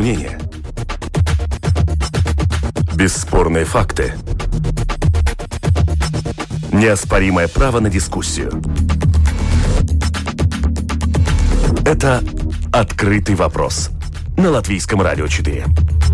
мнение. Бесспорные факты. Неоспоримое право на дискуссию. Это «Открытый вопрос» на Латвийском радио 4.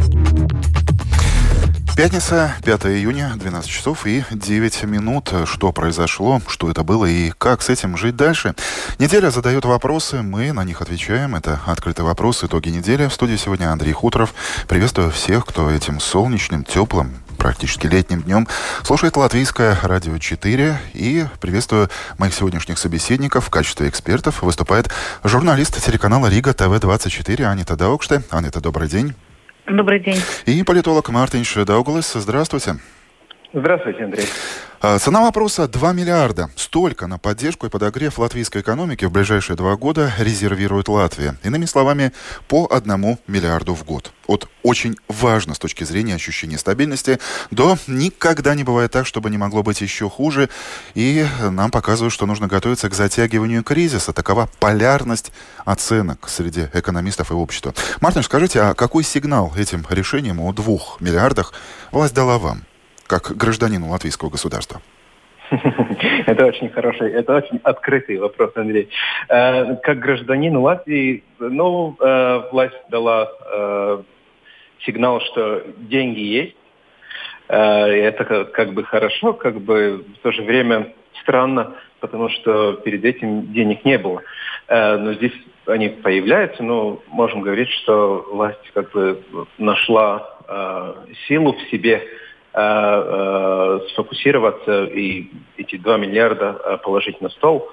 Пятница, 5 июня, 12 часов и 9 минут. Что произошло, что это было и как с этим жить дальше? Неделя задает вопросы, мы на них отвечаем. Это «Открытый вопрос», итоги недели. В студии сегодня Андрей Хуторов. Приветствую всех, кто этим солнечным, теплым, практически летним днем слушает Латвийское радио 4. И приветствую моих сегодняшних собеседников. В качестве экспертов выступает журналист телеканала Рига ТВ-24 Анита Даукште. Анита, добрый день. Добрый день. И политолог Мартинш Даугалес. Здравствуйте. Здравствуйте, Андрей. Цена вопроса 2 миллиарда. Столько на поддержку и подогрев латвийской экономики в ближайшие 2 года резервирует Латвия. Иными словами, по 1 миллиарду в год. От очень важно с точки зрения ощущения стабильности до никогда не бывает так, чтобы не могло быть еще хуже. И нам показывают, что нужно готовиться к затягиванию кризиса. Такова полярность оценок среди экономистов и общества. Мартин, скажите, а какой сигнал этим решением о 2 миллиардах власть дала вам, как гражданину латвийского государства? Это очень хороший, это очень открытый вопрос, Андрей. Как гражданин Латвии, власть дала сигнал, что деньги есть. Это как бы хорошо, как бы в то же время странно, потому что перед этим денег не было. Но здесь они появляются, но можем говорить, что власть как бы нашла силу в себе сфокусироваться и эти 2 миллиарда положить на стол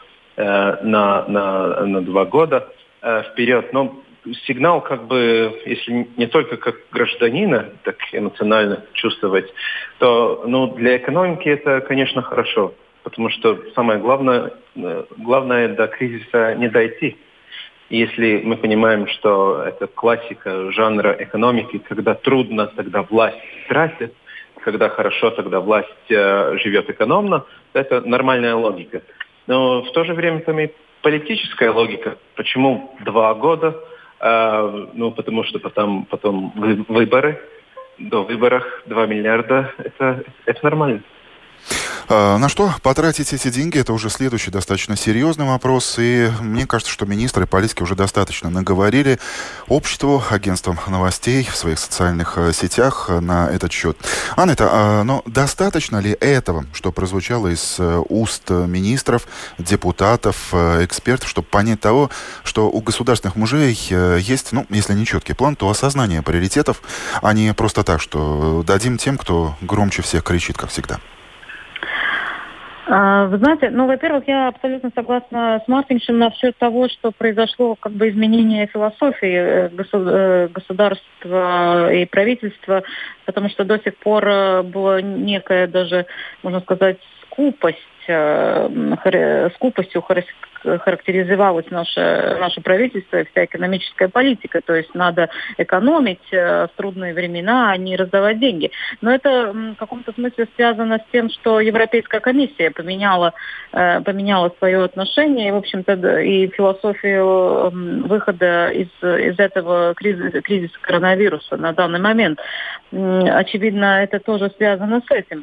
на 2 года вперед. Но сигнал, как бы, если не только как гражданина так эмоционально чувствовать, то для экономики это, конечно, хорошо. Потому что самое главное до кризиса не дойти. Если мы понимаем, что это классика жанра экономики, когда трудно, тогда власть тратит, когда хорошо, тогда власть живет экономно, это нормальная логика. Но в то же время там и политическая логика. Почему 2 года? Потому что потом выборы. До выборов 2 миллиарда это нормально. На что потратить эти деньги, это уже следующий достаточно серьезный вопрос. И мне кажется, что министры и политики уже достаточно наговорили обществу, агентствам новостей в своих социальных сетях на этот счет. Анна, но достаточно ли этого, что прозвучало из уст министров, депутатов, экспертов, чтобы понять того, что у государственных мужей есть, если не четкий план, то осознание приоритетов, а не просто так, что дадим тем, кто громче всех кричит, как всегда? Вы знаете, во-первых, я абсолютно согласна с Мартиншем насчет того, что произошло изменение философии государства и правительства, потому что до сих пор была некая даже, можно сказать, скупостью характеризовалось наше правительство и вся экономическая политика. То есть надо экономить в трудные времена, а не раздавать деньги. Но это в каком-то смысле связано с тем, что Европейская комиссия поменяла свое отношение и, в общем-то, и философию выхода из этого кризиса коронавируса на данный момент. Очевидно, это тоже связано с этим.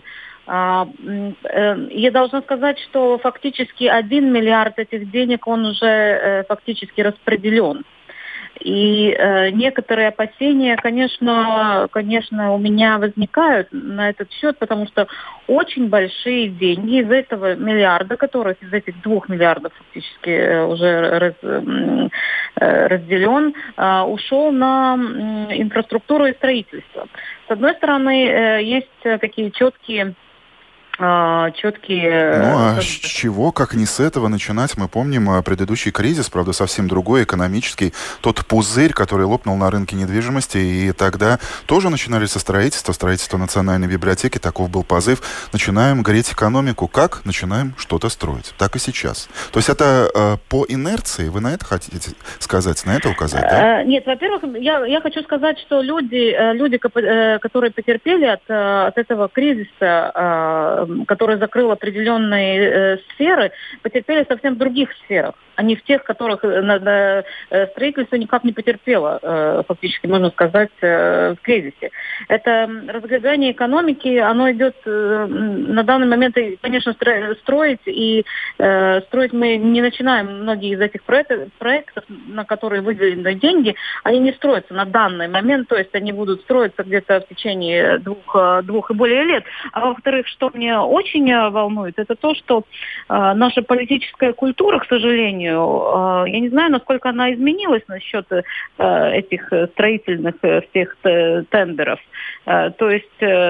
Я должна сказать, что фактически 1 миллиард этих денег, он уже фактически распределен. И некоторые опасения, конечно, у меня возникают на этот счет, потому что очень большие деньги из этого миллиарда, из этих 2 миллиардов фактически уже разделен, ушел на инфраструктуру и строительство. С одной стороны, есть такие четкие... с чего, как не с этого начинать? Мы помним предыдущий кризис, правда, совсем другой, экономический. Тот пузырь, который лопнул на рынке недвижимости, и тогда тоже начинали со строительства Национальной библиотеки, таков был позыв. Начинаем греть экономику. Как? Начинаем что-то строить. Так и сейчас. То есть это по инерции? Вы на это хотите сказать, на это указать, да? Нет, во-первых, я хочу сказать, что люди, которые потерпели от этого кризиса, который закрыл определенные сферы, потерпели совсем в других сферах, а не в тех, которых строительство никак не потерпело, фактически, можно сказать, в кризисе. Это разгребание экономики, оно идет на данный момент, конечно, строить, и строить мы не начинаем. Многие из этих проектов, на которые выделены деньги, они не строятся на данный момент, то есть они будут строиться где-то в течение двух и более лет. А во-вторых, что меня очень волнует, это то, что наша политическая культура, к сожалению, я не знаю, насколько она изменилась насчет этих строительных всех тендеров. То есть,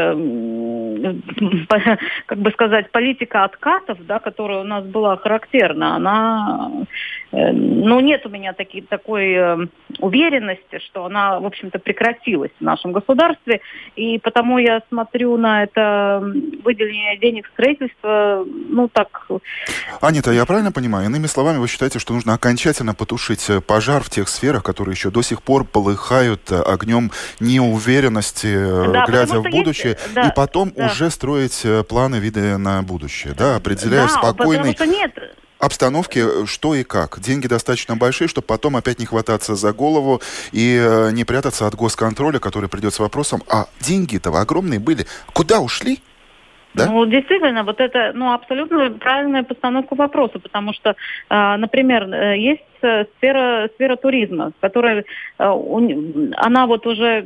как бы сказать, политика откатов, да, которая у нас была характерна, она, нет у меня такой уверенности, что она, в общем-то, прекратилась в нашем государстве, и потому я смотрю на это выделение денег в строительство, так... Анита, я правильно понимаю? Иными словами, вы считаете, что нужно окончательно потушить пожар в тех сферах, которые еще до сих пор полыхают огнем неуверенности, глядя в будущее, и потом уже строить планы, виды на будущее, определяя в спокойной обстановке, что и как. Деньги достаточно большие, чтобы потом опять не хвататься за голову и не прятаться от госконтроля, который придет с вопросом: а деньги-то огромные были, куда ушли? Да? Действительно, вот это абсолютно правильная постановка вопроса, потому что, например, есть сфера туризма, которая, она вот уже,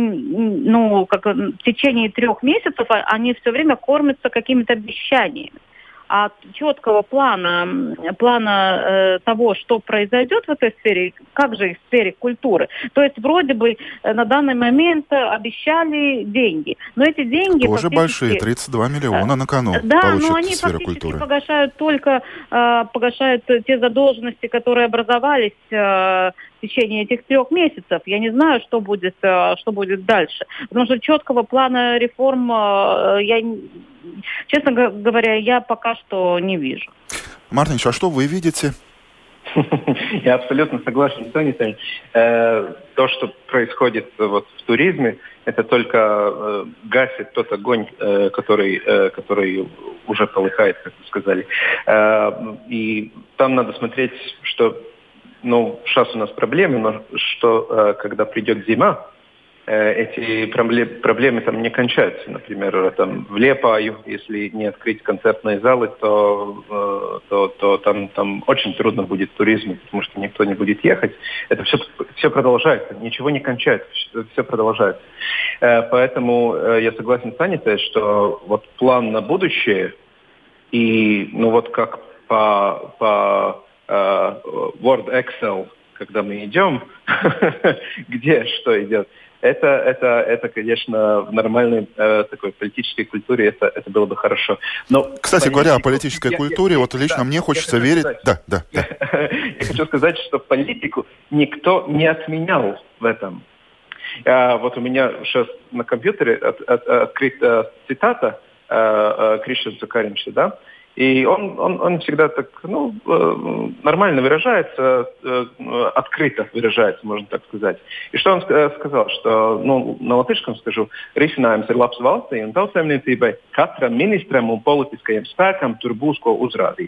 в течение 3 месяцев они все время кормятся какими-то обещаниями. А четкого плана того, что произойдет в этой сфере, как же и в сфере культуры. То есть вроде бы на данный момент обещали деньги. Но эти деньги... Тоже большие, 32 миллиона на кону получит сфера культуры. Погашают те задолженности, которые образовались в течение этих 3 месяцев. Я не знаю, что будет дальше. Потому что четкого плана реформ честно говоря, я пока что не вижу. Мартинш, а что вы видите? Я абсолютно согласен с Анитой. То, что происходит в туризме, это только гасит тот огонь, который уже полыхает, как вы сказали. И там надо смотреть, что сейчас у нас проблемы, но что когда придет зима, эти проблемы там не кончаются. Например, там в Лиепаю, если не открыть концертные залы, то там очень трудно будет туризму, потому что никто не будет ехать. Это все продолжается, ничего не кончается, все продолжается. Поэтому я согласен с Анитой, что вот план на будущее и как по Word Excel, когда мы идем, где что идет. Это, конечно, в нормальной такой политической культуре это было бы хорошо. Но кстати говоря, о политической культуре, лично мне хочется верить... Да. Я хочу сказать, что политику никто не отменял в этом. Вот у меня сейчас на компьютере открыта цитата Кришна Цукаринча, да? И он всегда так, нормально выражается, открыто выражается, можно так сказать. И что он сказал, что, на латышском скажу, risinājums ir labs valstī un tautsēmniecībai, katram ministram un politiskajiem spēkam tur būs ko uzrādīt.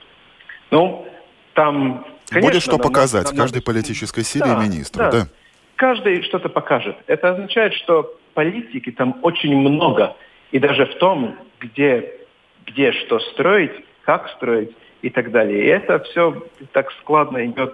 Там, конечно, будет что показать каждой политической силе и министру, да? Каждый что-то покажет. Это означает, что политики там очень много. И даже в том, где что строить, как строить и так далее. И это все так складно идет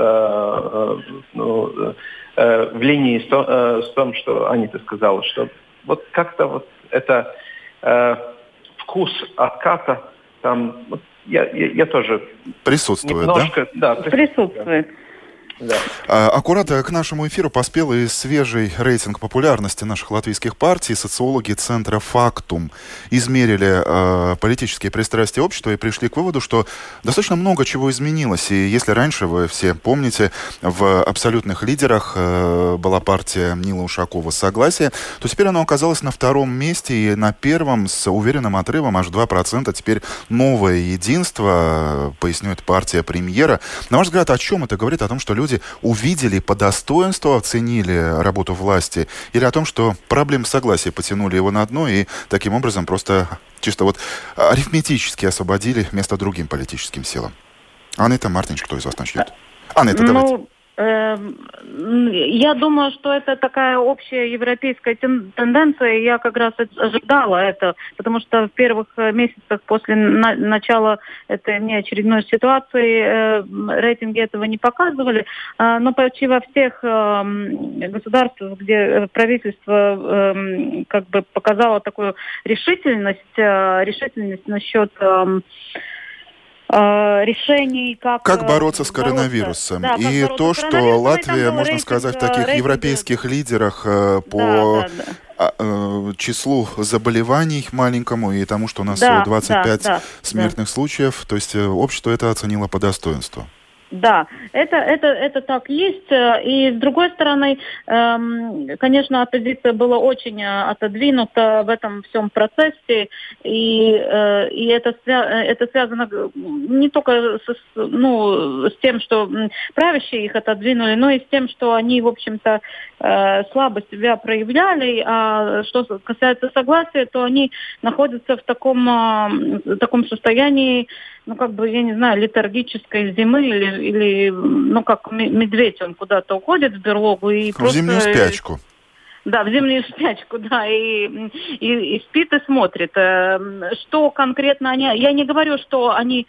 в линии с тем, что Анита сказала, что вот как-то это вкус отката там я тоже присутствует, немножко, да? Присутствует. Да. Аккурат к нашему эфиру поспел и свежий рейтинг популярности наших латвийских партий. Социологи центра «Фактум» измерили политические пристрастия общества и пришли к выводу, что достаточно много чего изменилось. И если раньше, вы все помните, в абсолютных лидерах была партия Нила Ушакова «Согласие», то теперь она оказалась на 2-м месте и на 1-м с уверенным отрывом аж 2%. Теперь новое единство, пояснит партия премьера. На ваш взгляд, о чем это говорит? О том, что люди люди увидели по достоинству, оценили работу власти, или о том, что проблемы согласия потянули его на дно и таким образом просто чисто вот арифметически освободили место другим политическим силам? Анетта Мартинш, кто из вас начнет? Анетта, давайте. Я думаю, что это такая общая европейская тенденция. Я как раз ожидала это, потому что в первых месяцах после начала этой неочередной ситуации рейтинги этого не показывали. Но почти во всех государствах, где правительство как бы показало такую решительность насчет решений, как бороться с коронавирусом. Да, и то, что Латвия, можно сказать, в таких европейских лидерах по числу заболеваний маленькому и тому, что у нас 25 смертных случаев, то есть общество это оценило по достоинству. Да, это так есть. И с другой стороны, конечно, оппозиция была очень отодвинута в этом всем процессе, и это связано не только с тем, что правящие их отодвинули, но и с тем, что они, в общем-то, слабо себя проявляли. А что касается согласия, то они находятся в таком состоянии, я не знаю, летаргической зимы или как медведь, он куда-то уходит в берлогу и в зимнюю спячку. Да, в зимнюю спячку, да, и спит и смотрит. Что конкретно они... Я не говорю, что они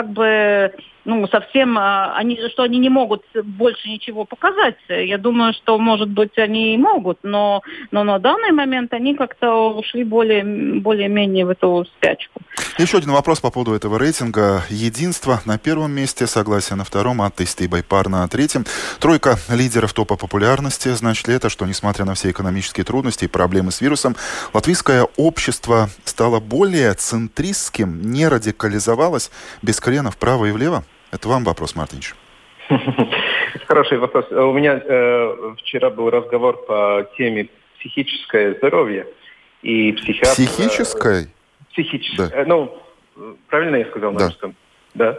совсем... что они не могут больше ничего показать. Я думаю, что, может быть, они и могут, но на данный момент они как-то ушли более-менее в эту спячку. Еще один вопрос по поводу этого рейтинга. Единство на первом месте, согласие на втором, Atttīstībai par на третьем. Тройка лидеров топа популярности. Значит ли это, что, несмотря на все экономические трудности и проблемы с вирусом, латвийское общество стало более центристским, не радикализовалось без крена вправо и влево? Это вам вопрос, Мартинш. Хороший вопрос. У меня вчера был разговор по теме психическое здоровье. И психиатр... Психическое? Психическое. Да. Правильно я сказал на русском? Да.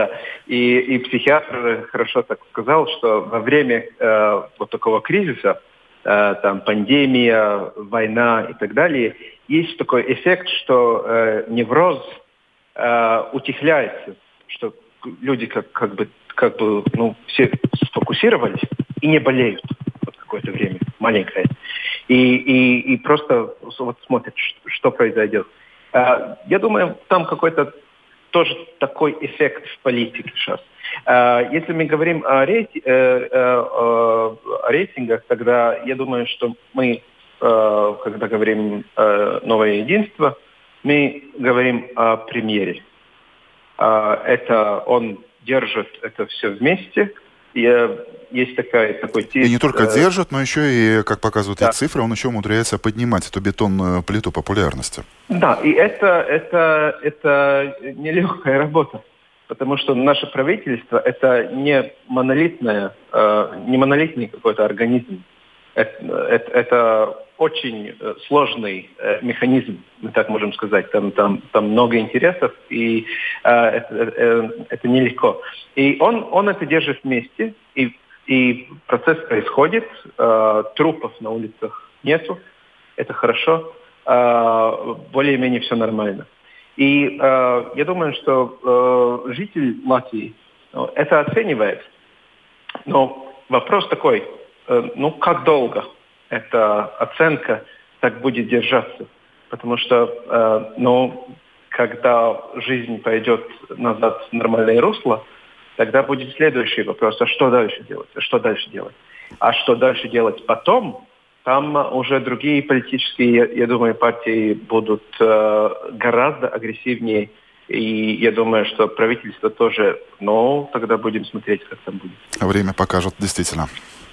И психиатр хорошо так сказал, что во время вот такого кризиса, там пандемия, война и так далее, есть такой эффект, что невроз утихляется, что люди как бы все сфокусировались и не болеют вот какое-то время, маленькое. И просто вот смотрят, что произойдет. Я думаю, там какой-то тоже такой эффект в политике сейчас. Если мы говорим о рейтингах, тогда я думаю, что мы, когда говорим «Новое единство», мы говорим о премьере. Это он держит это все вместе. Есть такой тип... И не только держит, но еще и, как показывают эти цифры, он еще умудряется поднимать эту бетонную плиту популярности. Да, и это нелегкая работа, потому что наше правительство это не монолитный какой-то организм. Это очень сложный механизм, мы так можем сказать. Там много интересов, и это нелегко. И он это держит вместе, и процесс происходит, трупов на улицах нету, это хорошо, более-менее все нормально. И я думаю, что житель Латвии это оценивает, но вопрос такой, как долго эта оценка так будет держаться? Потому что, когда жизнь пойдет назад в нормальное русло, тогда будет следующий вопрос, а что дальше делать? А что дальше делать потом? Там уже другие политические, я думаю, партии будут гораздо агрессивнее. И я думаю, что правительство тоже, тогда будем смотреть, как там будет. Время покажет, действительно.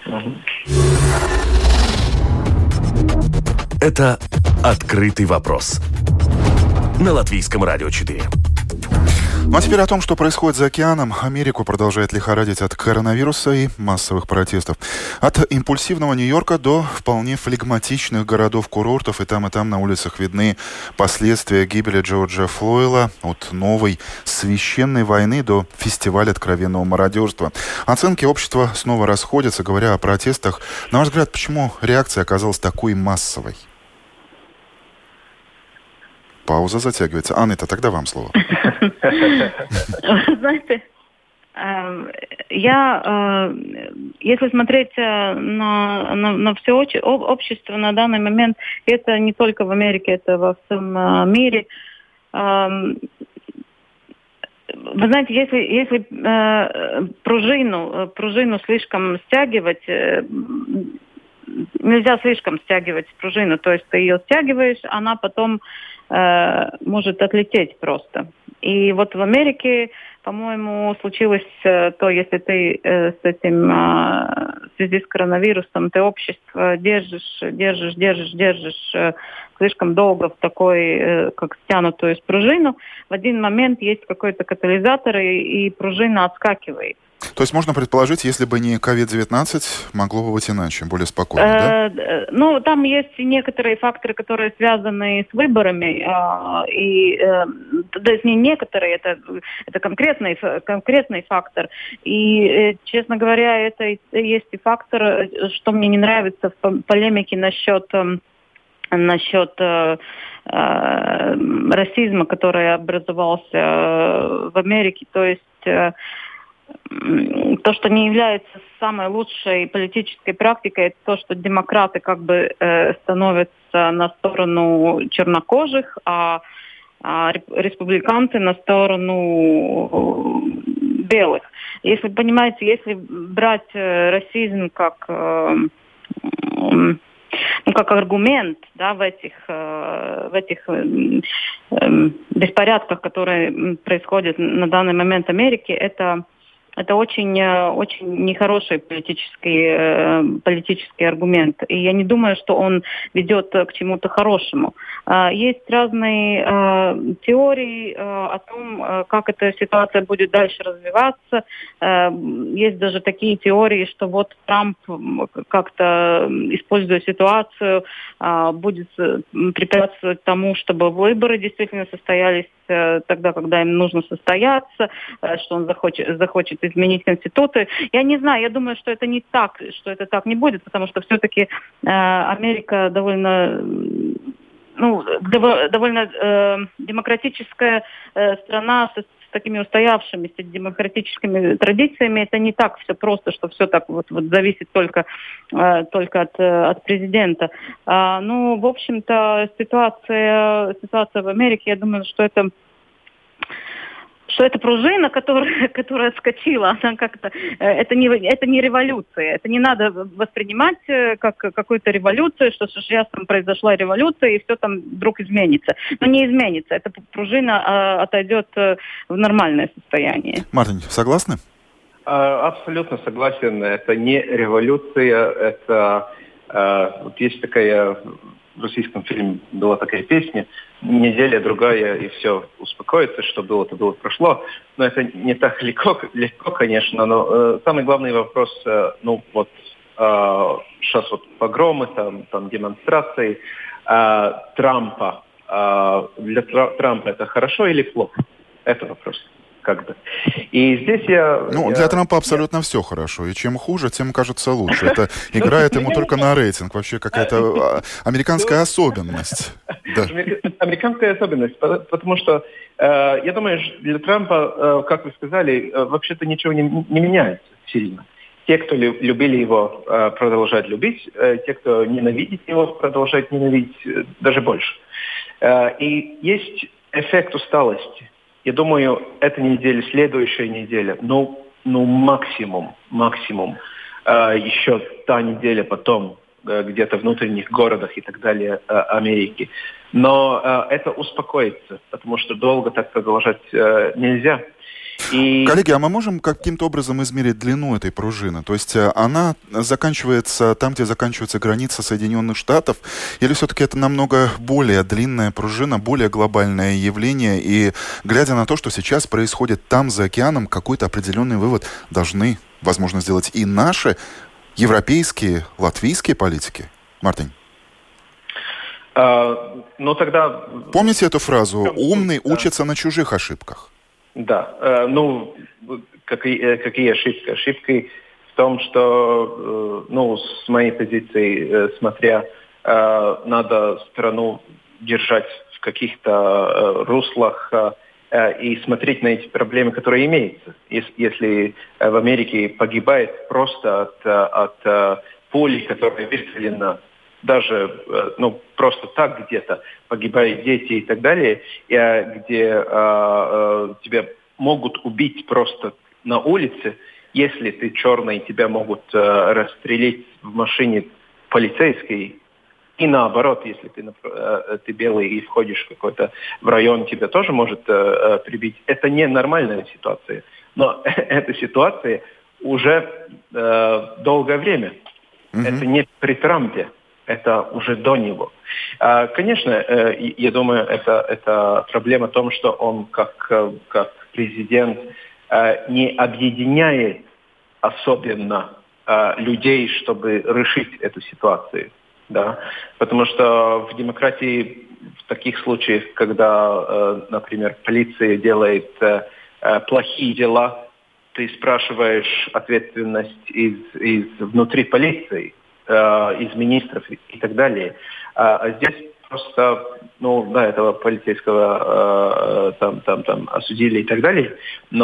Это «Открытый вопрос» на Латвийском радио 4. Ну а теперь о том, что происходит за океаном. Америку продолжает лихорадить от коронавируса и массовых протестов. От импульсивного Нью-Йорка до вполне флегматичных городов-курортов. И там на улицах видны последствия гибели Джорджа Флойда. От новой священной войны до фестиваля откровенного мародерства. Оценки общества снова расходятся, говоря о протестах. На ваш взгляд, почему реакция оказалась такой массовой? Пауза затягивается. Анна, тогда вам слово. Знаете, если смотреть на все общество на данный момент, это не только в Америке, это во всем мире. Вы знаете, если пружину слишком стягивать, нельзя слишком стягивать пружину, то есть ты ее стягиваешь, она потом может отлететь просто. И вот в Америке, по-моему, случилось то, если ты с этим, в связи с коронавирусом, ты общество держишь слишком долго в такой, как стянутую пружину, в один момент есть какой-то катализатор, и пружина отскакивает. То есть можно предположить, если бы не COVID-19, могло бы быть иначе, более спокойно, да? Ну, там есть некоторые факторы, которые связаны с выборами, то есть не некоторые, это конкретный фактор. И, честно говоря, это есть и фактор, что мне не нравится в полемике насчет расизма, который образовался в Америке, то есть то, что не является самой лучшей политической практикой, это то, что демократы как бы становятся на сторону чернокожих, а республиканцы на сторону белых. Если понимаете, если брать расизм как аргумент, да, в этих беспорядках, которые происходят на данный момент в Америке, это очень нехороший политический аргумент. И я не думаю, что он ведет к чему-то хорошему. Есть разные теории о том, как эта ситуация будет дальше развиваться. Есть даже такие теории, что вот Трамп как-то, используя ситуацию, будет препятствовать тому, чтобы выборы действительно состоялись тогда, когда им нужно состояться, что он захочет изменить Конституцию. Я не знаю, я думаю, что это не так, что это так не будет, потому что все-таки Америка довольно демократическая страна с такими устоявшимися демократическими традициями. Это не так все просто, что все так вот зависит только от президента. В общем-то, ситуация в Америке, я думаю, что это пружина, которая отскочила, она как-то, это не революция. Это не надо воспринимать как какую-то революцию, что сейчас там произошла революция и все там вдруг изменится. Но не изменится. Эта пружина отойдет в нормальное состояние. Мартин, согласны? Абсолютно согласен. Это не революция. Это вот есть такая... В российском фильме была такая песня «Неделя, другая, и все успокоится, что было, то было, прошло». Но это не так легко, конечно, но самый главный вопрос, сейчас вот погромы, там демонстрации Трампа. Для Трампа это хорошо или плохо? Это вопрос. Как-то. И здесь для Трампа абсолютно все хорошо. И чем хуже, тем кажется лучше. Это играет ему только на рейтинг. Вообще какая-то американская особенность. Да. Американская особенность. Потому что, я думаю, для Трампа, как вы сказали, вообще-то ничего не меняется сильно. Те, кто любили его, продолжают любить. Те, кто ненавидит его, продолжают ненавидеть даже больше. И есть эффект усталости. Я думаю, эта неделя, следующая неделя, максимум, еще та неделя потом, где-то в внутренних городах и так далее Америки. Но это успокоится, потому что долго так продолжать нельзя. Коллеги, а мы можем каким-то образом измерить длину этой пружины? То есть она заканчивается там, где заканчивается граница Соединенных Штатов, или все-таки это намного более длинная пружина, более глобальное явление, и глядя на то, что сейчас происходит там, за океаном, какой-то определенный вывод должны, возможно, сделать и наши европейские, латвийские политики? Мартин. Ну тогда... Помните эту фразу «умный учится на чужих ошибках»? Да. Какие ошибки? Ошибки в том, что, с моей позиции, смотря, надо страну держать в каких-то руслах и смотреть на эти проблемы, которые имеются. Если в Америке погибает просто от пули, которая выстрелена, даже просто так где-то погибают дети и так далее, где тебя могут убить просто на улице, если ты черный, тебя могут расстрелять в машине полицейской, и наоборот, если ты белый и входишь в район, тебя тоже может прибить. Это не нормальная ситуация, но эта ситуация уже долгое время. Это не при Трампе. Это уже до него. Конечно, я думаю, это проблема в том, что он как президент не объединяет особенно людей, чтобы решить эту ситуацию. Да? Потому что в демократии в таких случаях, когда, например, полиция делает плохие дела, ты спрашиваешь ответственность из внутри полиции, из министров и так далее. А здесь просто, этого полицейского там осудили и так далее,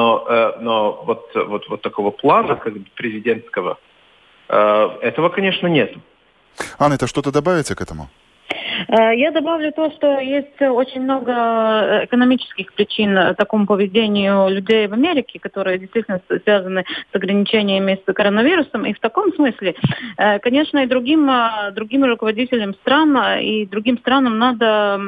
но вот такого плана, как президентского, этого, конечно, нет. Анна, это что-то добавите к этому? Я добавлю то, что есть очень много экономических причин такому поведению людей в Америке, которые действительно связаны с ограничениями с коронавирусом. И в таком смысле, конечно, и другим руководителям стран и другим странам надо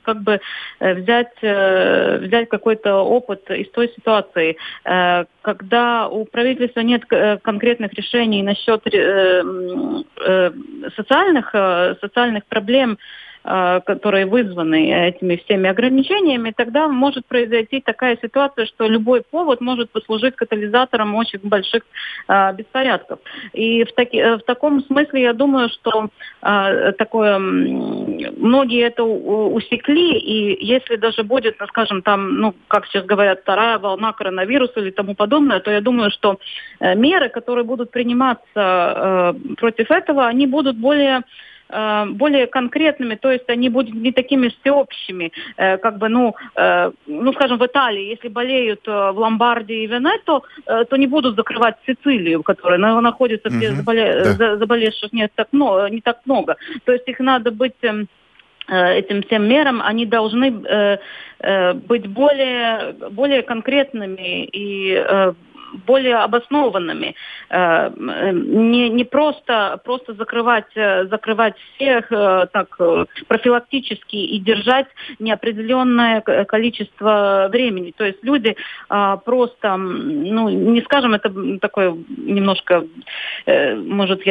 взять какой-то опыт из той ситуации, когда у правительства нет конкретных решений насчет социальных проблем, которые вызваны этими всеми ограничениями, тогда может произойти такая ситуация, что любой повод может послужить катализатором очень больших беспорядков. И в таком смысле я думаю, что многие это усекли, и если даже будет, скажем, как сейчас говорят, вторая волна коронавируса или тому подобное, то я думаю, что меры, которые будут приниматься против этого, они будут более конкретными, то есть они будут не такими всеобщими, скажем, в Италии, если болеют в Ломбардии и Венето, то не будут закрывать Сицилию, которая находится, где заболевших не так много. То есть их надо быть... Этим всем мерам, они должны быть более конкретными и более обоснованными, не просто закрывать всех так профилактически и держать неопределенное количество времени. То есть люди просто, не скажем, это такое немножко, пусть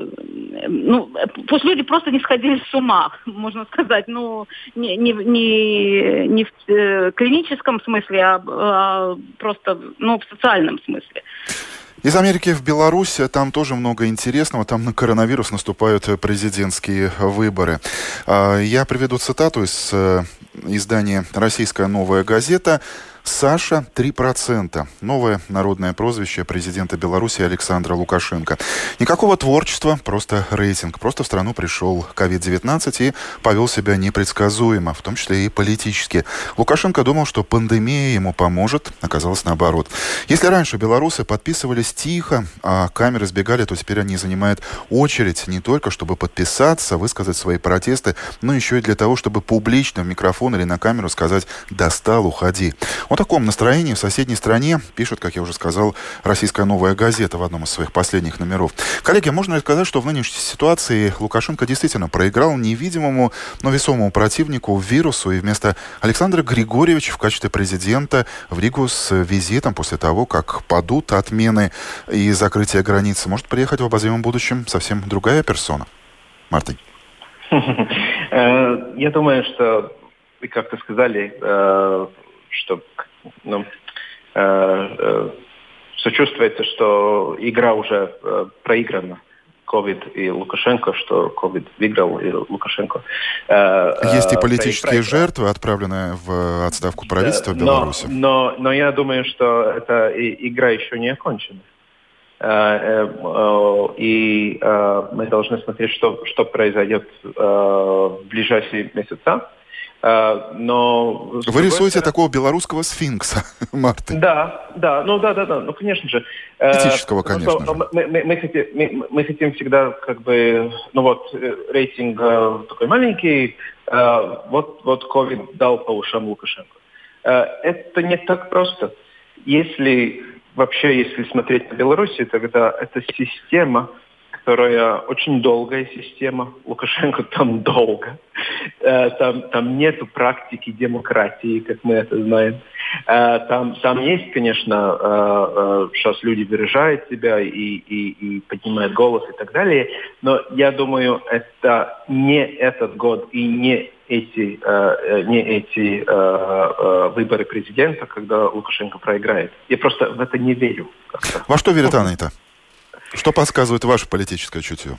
люди просто не сходили с ума, можно сказать, не в клиническом смысле, а просто, в социальном смысле. Из Америки в Беларусь, там тоже много интересного. Там на коронавирус наступают президентские выборы. Я приведу цитату из издания «Российская новая газета». Саша 3%. Новое народное прозвище президента Беларуси Александра Лукашенко. Никакого творчества, просто рейтинг. Просто в страну пришел COVID-19 и повел себя непредсказуемо, в том числе и политически. Лукашенко думал, что пандемия ему поможет. Оказалось наоборот. Если раньше белорусы подписывались тихо, а камеры сбегали, то теперь они занимают очередь не только, чтобы подписаться, высказать свои протесты, но еще и для того, чтобы публично в микрофон или на камеру сказать «достал, уходи». Вот таком настроении в соседней стране пишет, как я уже сказал, российская «Новая газета» в одном из своих последних номеров. Коллеги, можно ли сказать, что в нынешней ситуации Лукашенко действительно проиграл невидимому, но весомому противнику вирусу, и вместо Александра Григорьевича в качестве президента в Ригу с визитом после того, как падут отмены и закрытие границ, может приехать в обозримом будущем совсем другая персона? Мартин. Я думаю, что вы как-то сказали, что сочувствуется, что игра уже проиграна. COVID и Лукашенко, что COVID выиграл и Лукашенко. Есть и политические жертвы, отправленные в отставку правительства Беларуси. Но я думаю, что эта игра еще не окончена. И мы должны смотреть, что произойдет в ближайшие месяца. Но вы рисуете такого белорусского сфинкса, Мартин. Да, ну конечно же. Этического, конечно же. Мы хотим всегда, рейтинг такой маленький, вот COVID дал по ушам Лукашенко. Это не так просто. Если смотреть на Беларусь, тогда это система, которая очень долгая система. Лукашенко там долго. Там нету практики демократии, как мы это знаем. Там есть, конечно, сейчас люди выражают себя и поднимают голос и так далее. Но я думаю, это не этот год и не эти выборы президента, когда Лукашенко проиграет. Я просто в это не верю. Как-то. Во что верит Анна-то? Что подсказывает ваше политическое чутье?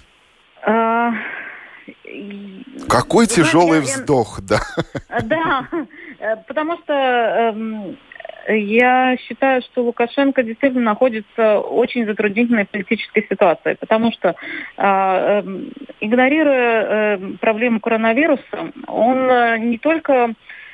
Какой тяжелый вздох, да. Да, потому что я считаю, что Лукашенко действительно находится в очень затруднительной политической ситуации, потому что, игнорируя проблему коронавируса, он не только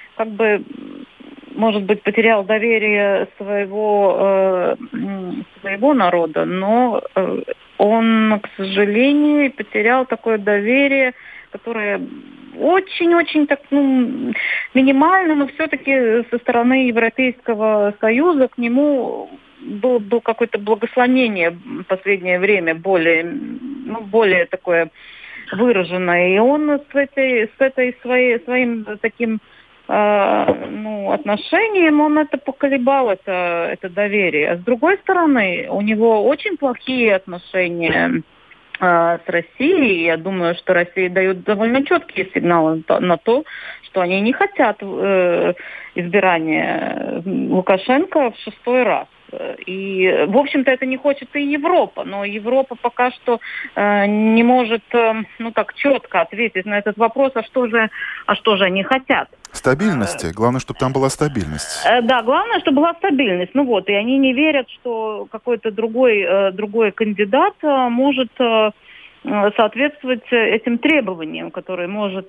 может быть, потерял доверие своего народа, но он, к сожалению, потерял такое доверие, которое очень-очень минимально, но все-таки со стороны Европейского Союза к нему было какое-то благословение в последнее время, более такое выраженное. И он своим таким отношением он это поколебал, это доверие. А с другой стороны, у него очень плохие отношения с Россией. Я думаю, что Россия дает довольно четкие сигналы на то, что они не хотят избирания Лукашенко в 6-й раз. И, в общем-то, это не хочет и Европа, но Европа пока что не может так четко ответить на этот вопрос, а что же они хотят. Стабильности. Главное, чтобы там была стабильность. Да, главное, чтобы была стабильность. И они не верят, что какой-то другой кандидат может соответствовать этим требованиям, который может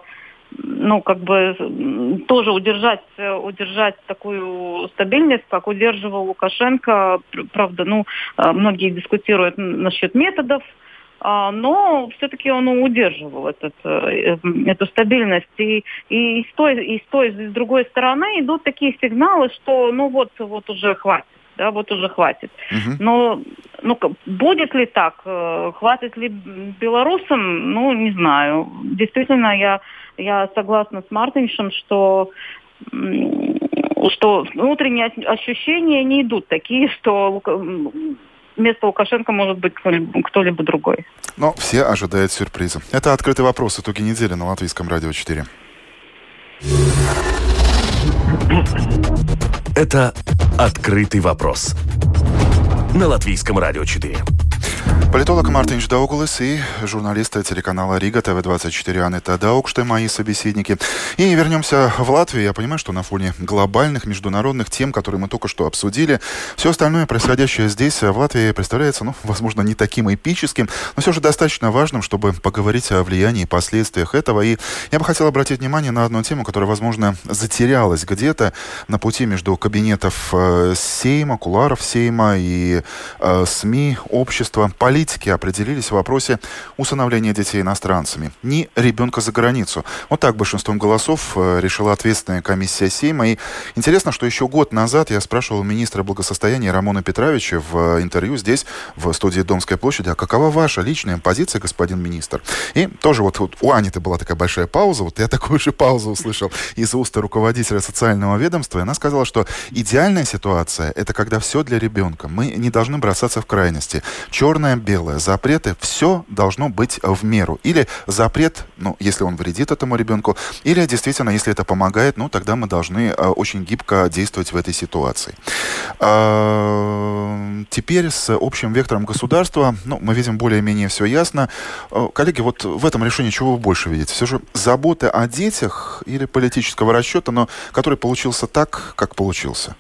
тоже удержать такую стабильность, как удерживал Лукашенко. Правда, многие дискутируют насчет методов, но все-таки он удерживал эту стабильность. И с той, с другой стороны идут такие сигналы, что уже хватит. Да, уже хватит. Но будет ли так? Хватит ли белорусам? Не знаю. Действительно, я согласна с Мартиншем, что внутренние ощущения не идут такие, что вместо Лукашенко может быть кто-либо другой. Но все ожидают сюрприза. Это «Открытый вопрос». Итоги недели на Латвийском радио 4. Это «Открытый вопрос» на Латвийском радио 4. Политолог Мартинш Даугулес и журналисты телеканала Рига ТВ24 Анетта Даугште, мои собеседники. И вернемся в Латвию. Я понимаю, что на фоне глобальных международных тем, которые мы только что обсудили, все остальное происходящее здесь, в Латвии, представляется, возможно, не таким эпическим, но все же достаточно важным, чтобы поговорить о влиянии и последствиях этого. И я бы хотел обратить внимание на одну тему, которая, возможно, затерялась где-то на пути между кабинетов Сейма, кулуаров Сейма и СМИ, общества, политики. политики определились в вопросе усыновления детей иностранцами. Ни ребенка за границу. Вот так большинством голосов решила ответственная комиссия Сейма. И интересно, что еще год назад я спрашивал у министра благосостояния Рамона Петровича в интервью здесь, в студии Домской площади, а какова ваша личная позиция, господин министр? И тоже вот у Ани-то была такая большая пауза, вот я такую же паузу услышал из уст руководителя социального ведомства, и она сказала, что идеальная ситуация — это когда все для ребенка. Мы не должны бросаться в крайности. Черное, белое, запреты, все должно быть в меру. Или запрет, если он вредит этому ребенку, или действительно, если это помогает, тогда мы должны очень гибко действовать в этой ситуации. Теперь с общим вектором государства, мы видим более-менее все ясно. Коллеги, вот в этом решении чего вы больше видите? Все же заботы о детях или политического расчета, но который получился так, как получился?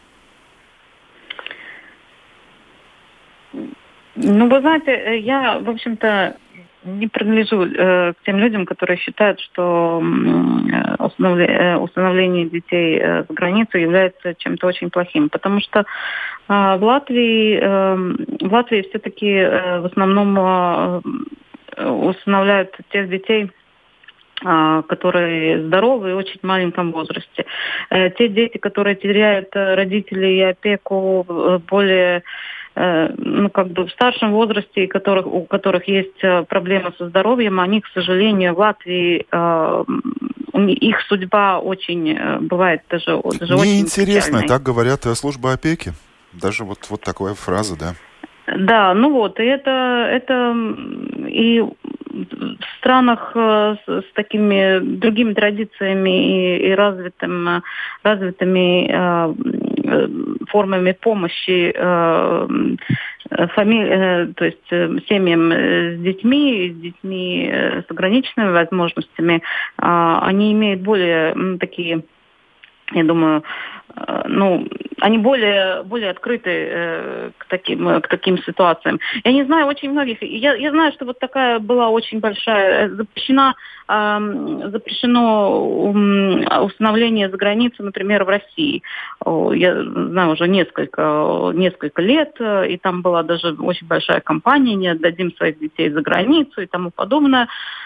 Вы знаете, я, в общем-то, не принадлежу к тем людям, которые считают, что усыновление детей за границей является чем-то очень плохим. Потому что в Латвии все-таки в основном усыновляют тех детей, которые здоровы и очень в маленьком возрасте. Те дети, которые теряют родителей и опеку более в старшем возрасте, у которых есть проблемы со здоровьем, они, к сожалению, в Латвии, их судьба очень бывает даже очень Мне интересно, печальной. так говорят службы опеки. Даже вот такая фраза, да. Да, и это и в странах с такими другими традициями и развитыми формами помощи то есть семьям с детьми с ограниченными возможностями, они имеют более такие, я думаю, они более открыты к таким ситуациям. Я не знаю, очень многих. Я знаю, что вот такая была очень большая запрещено усыновление за границей, например, в России. Я знаю уже несколько лет, и там была даже очень большая кампания «Не отдадим своих детей за границу» и тому подобное.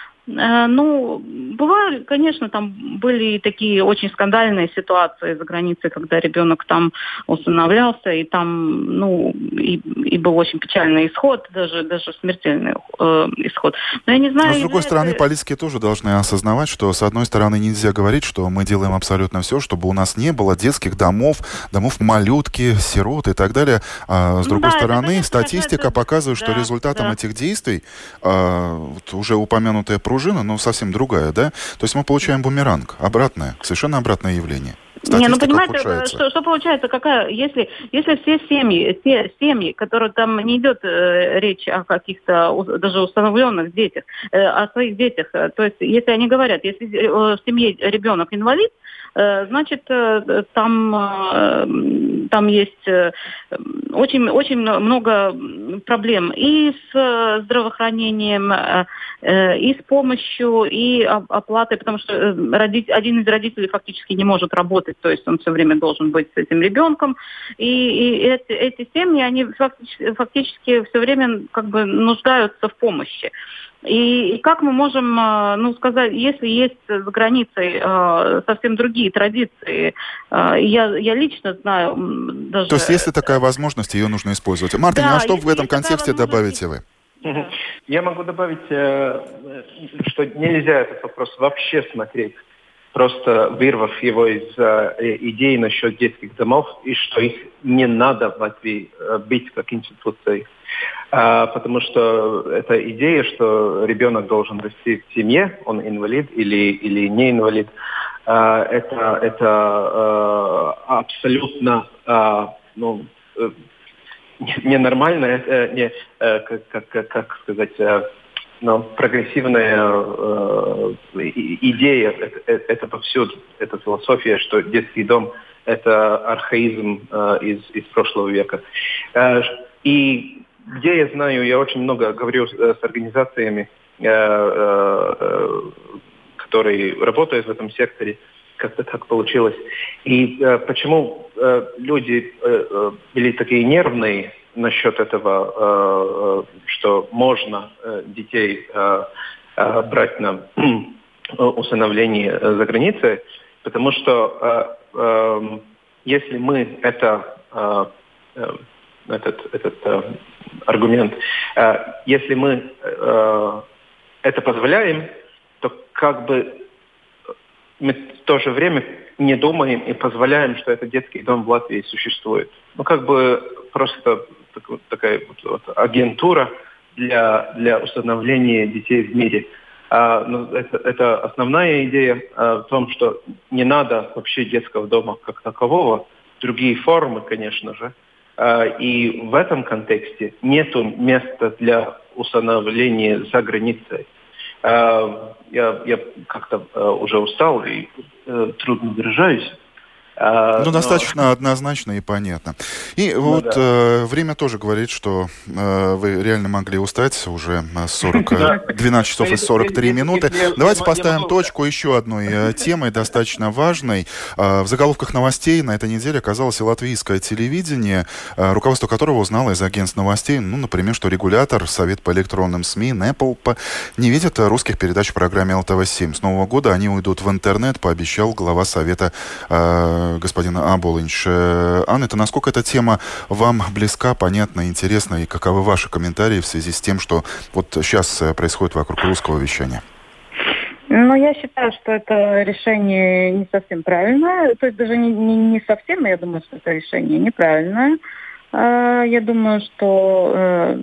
Бывали, конечно, там были такие очень скандальные ситуации за границей, когда ребенок там усыновлялся, и там, и был очень печальный исход, даже смертельный исход. Но я не знаю. Но с другой стороны, политики тоже должны осознавать, что с одной стороны нельзя говорить, что мы делаем абсолютно все, чтобы у нас не было детских домов малютки, сирот и так далее. А с другой стороны, конечно, статистика показывает, что результатом этих действий уже упомянутая пружина, совсем другая, да? То есть мы получаем бумеранг, совершенно обратное явление. Понимаете, что получается, если все семьи, которые там не идет речь о каких-то даже установленных детях, о своих детях, то есть если они говорят, если в семье ребенок инвалид, значит, там есть очень много проблем и с здравоохранением, и с помощью, и оплатой, потому что один из родителей фактически не может работать, то есть он все время должен быть с этим ребенком. И эти семьи, они фактически все время нуждаются в помощи. И как мы можем сказать, если есть за границей совсем другие традиции, я лично знаю даже... То есть если такая возможность, ее нужно использовать. Мартин, а что в этом контексте добавите вы? Я могу добавить, что нельзя этот вопрос вообще смотреть, просто вырвав его из идеи насчет детских домов, и что их не надо в Латвии бить как институцией. Потому что эта идея, что ребенок должен расти в семье, он инвалид или не инвалид, это абсолютно ненормально, как сказать, прогрессивная идея, это повсюду, эта философия, что детский дом – это архаизм из прошлого века. И где я знаю, я очень много говорю с организациями, которые работают в этом секторе, как-то так получилось. И почему люди были такие нервные насчет этого, что можно детей брать на усыновление за границей, потому что если мы этот аргумент, если мы это позволяем, то как бы мы в то же время не думаем и позволяем, что этот детский дом в Латвии существует. Ну, как бы просто такая вот агентура для усыновления детей в мире. Это основная идея в том, что не надо вообще детского дома как такового, другие формы, конечно же. И в этом контексте нет места для усыновления за границей. Я как-то уже устал и трудно выражаюсь. Достаточно однозначно и понятно. И время тоже говорит, что вы реально могли устать уже 12 часов и 43 минуты. Давайте поставим точку еще одной темой, достаточно важной. В заголовках новостей на этой неделе оказалось и латвийское телевидение, руководство которого узнало из агентств новостей, например, что регулятор, Совет по электронным СМИ, НЭПЛП, не видит русских передач в программе ЛТВ-7. С Нового года они уйдут в интернет, пообещал глава Совета господин Аболинш. Анна, насколько эта тема вам близка, понятна, интересна, и каковы ваши комментарии в связи с тем, что вот сейчас происходит вокруг русского вещания? Я считаю, что это решение не совсем правильное. То есть даже не совсем, я думаю, что это решение неправильное. Я думаю, что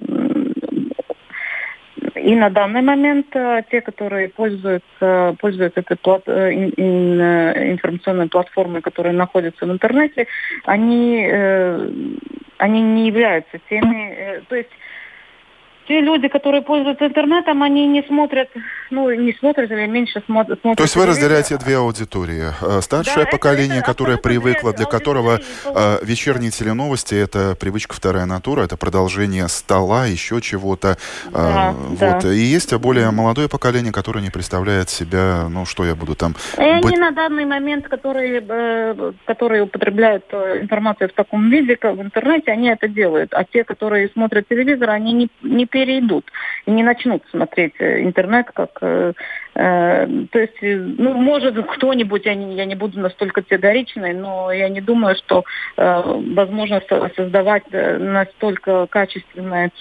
и на данный момент те, которые пользуются этой информационной платформой, которая находится в интернете, они не являются теми... То есть те люди, которые пользуются интернетом, они не смотрят или меньше смотрят. То есть вы разделяете две аудитории. Старшее поколение, которое привыкло, для которого вечерние теленовости — это привычка вторая натура, это продолжение стола, еще чего-то. И есть более молодое поколение, которое не представляет себя, что я буду там... Они на данный момент, которые употребляют информацию в таком виде, как в интернете, они это делают. А те, которые смотрят телевизор, они не перейдут и не начнут смотреть интернет, то есть, может быть, я не буду настолько категоричной, но я не думаю, что возможно создавать настолько качественное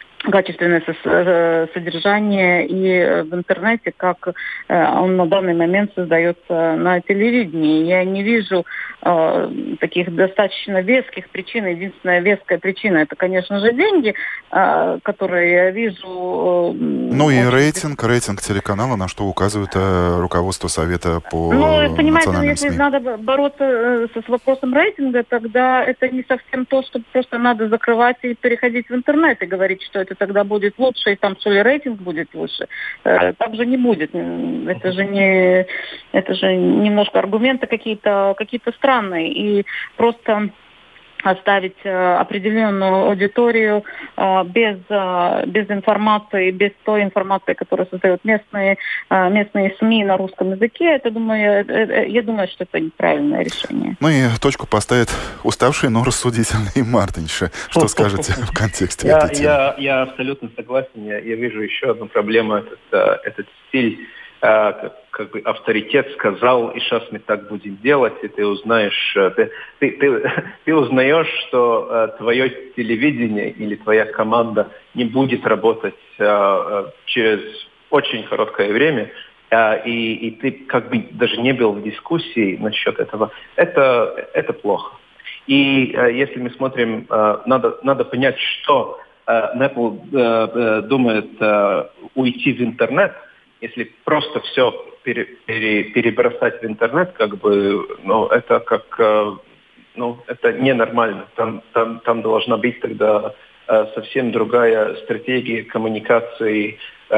содержание и в интернете, как он на данный момент создается на телевидении. Я не вижу таких достаточно веских причин. Единственная веская причина — это, конечно же, деньги, которые я вижу... и рейтинг телеканала, на что указывает руководство Совета по национальным СМИ. Если надо бороться с вопросом рейтинга, тогда это не совсем то, что просто надо закрывать и переходить в интернет и говорить, что это тогда будет лучше, и там, что ли, рейтинг будет лучше. Так же не будет. Это же немножко аргументы какие-то странные. И просто оставить определенную аудиторию без информации, без той информации, которую создают местные СМИ на русском языке, я думаю, что это неправильное решение. И точку поставит уставший, но рассудительный Мартинш. Что скажете в контексте этой темы? Я абсолютно согласен. Я вижу еще одну проблему. Этот стиль, как бы авторитет сказал, и сейчас мы так будем делать, и ты узнаешь, ты узнаешь, что твое телевидение или твоя команда не будет работать через очень короткое время, и ты как бы даже не был в дискуссии насчет этого. Это плохо. И если мы смотрим, надо понять, что Apple думает уйти в интернет. Если просто все перебросать в интернет, это это ненормально. Там должна быть тогда совсем другая стратегия коммуникации,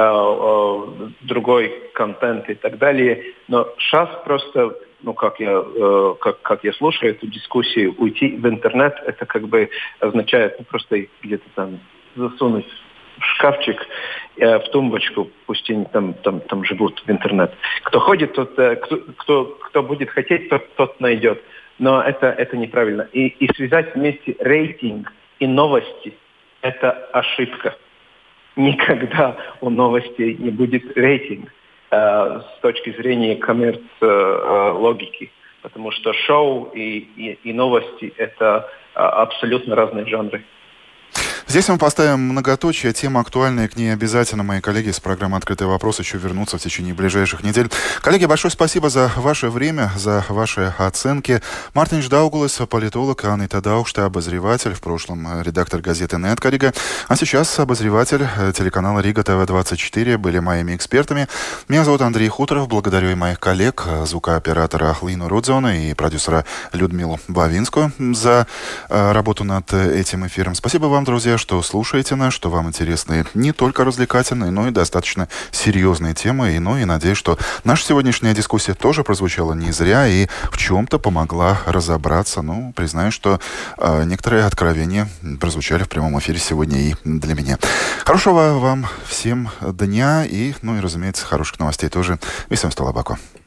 другой контент и так далее. Но сейчас просто, как я слушаю эту дискуссию, уйти в интернет, это означает просто где-то там засунуть в шкафчик, в тумбочку, пусть они там живут в интернет. Кто ходит, тот, кто будет хотеть, тот найдет. Но это неправильно. И связать вместе рейтинг и новости, это ошибка. Никогда у новостей не будет рейтинга с точки зрения коммерц-логики. Потому что шоу и новости – это абсолютно разные жанры. Здесь мы поставим многоточие. Тема актуальная, к ней обязательно мои коллеги с программы «Открытый вопрос» еще вернутся в течение ближайших недель. Коллеги, большое спасибо за ваше время, за ваши оценки. Мартинš Daugavlis, политолог, Анита Даукште, обозреватель, в прошлом редактор газеты «Неtka Riga», а сейчас обозреватель телеканала Рига ТВ-24 были моими экспертами. Меня зовут Андрей Хуторов. Благодарю и моих коллег, звукооператора Лину Рудзона и продюсера Людмилу Бавинскую за работу над этим эфиром. Спасибо вам, друзья, что слушаете нас, что вам интересны не только развлекательные, но и достаточно серьезные темы. И надеюсь, что наша сегодняшняя дискуссия тоже прозвучала не зря и в чем-то помогла разобраться. Признаю, что некоторые откровения прозвучали в прямом эфире сегодня и для меня. Хорошего вам всем дня и, разумеется, хороших новостей тоже. Висам Столабако.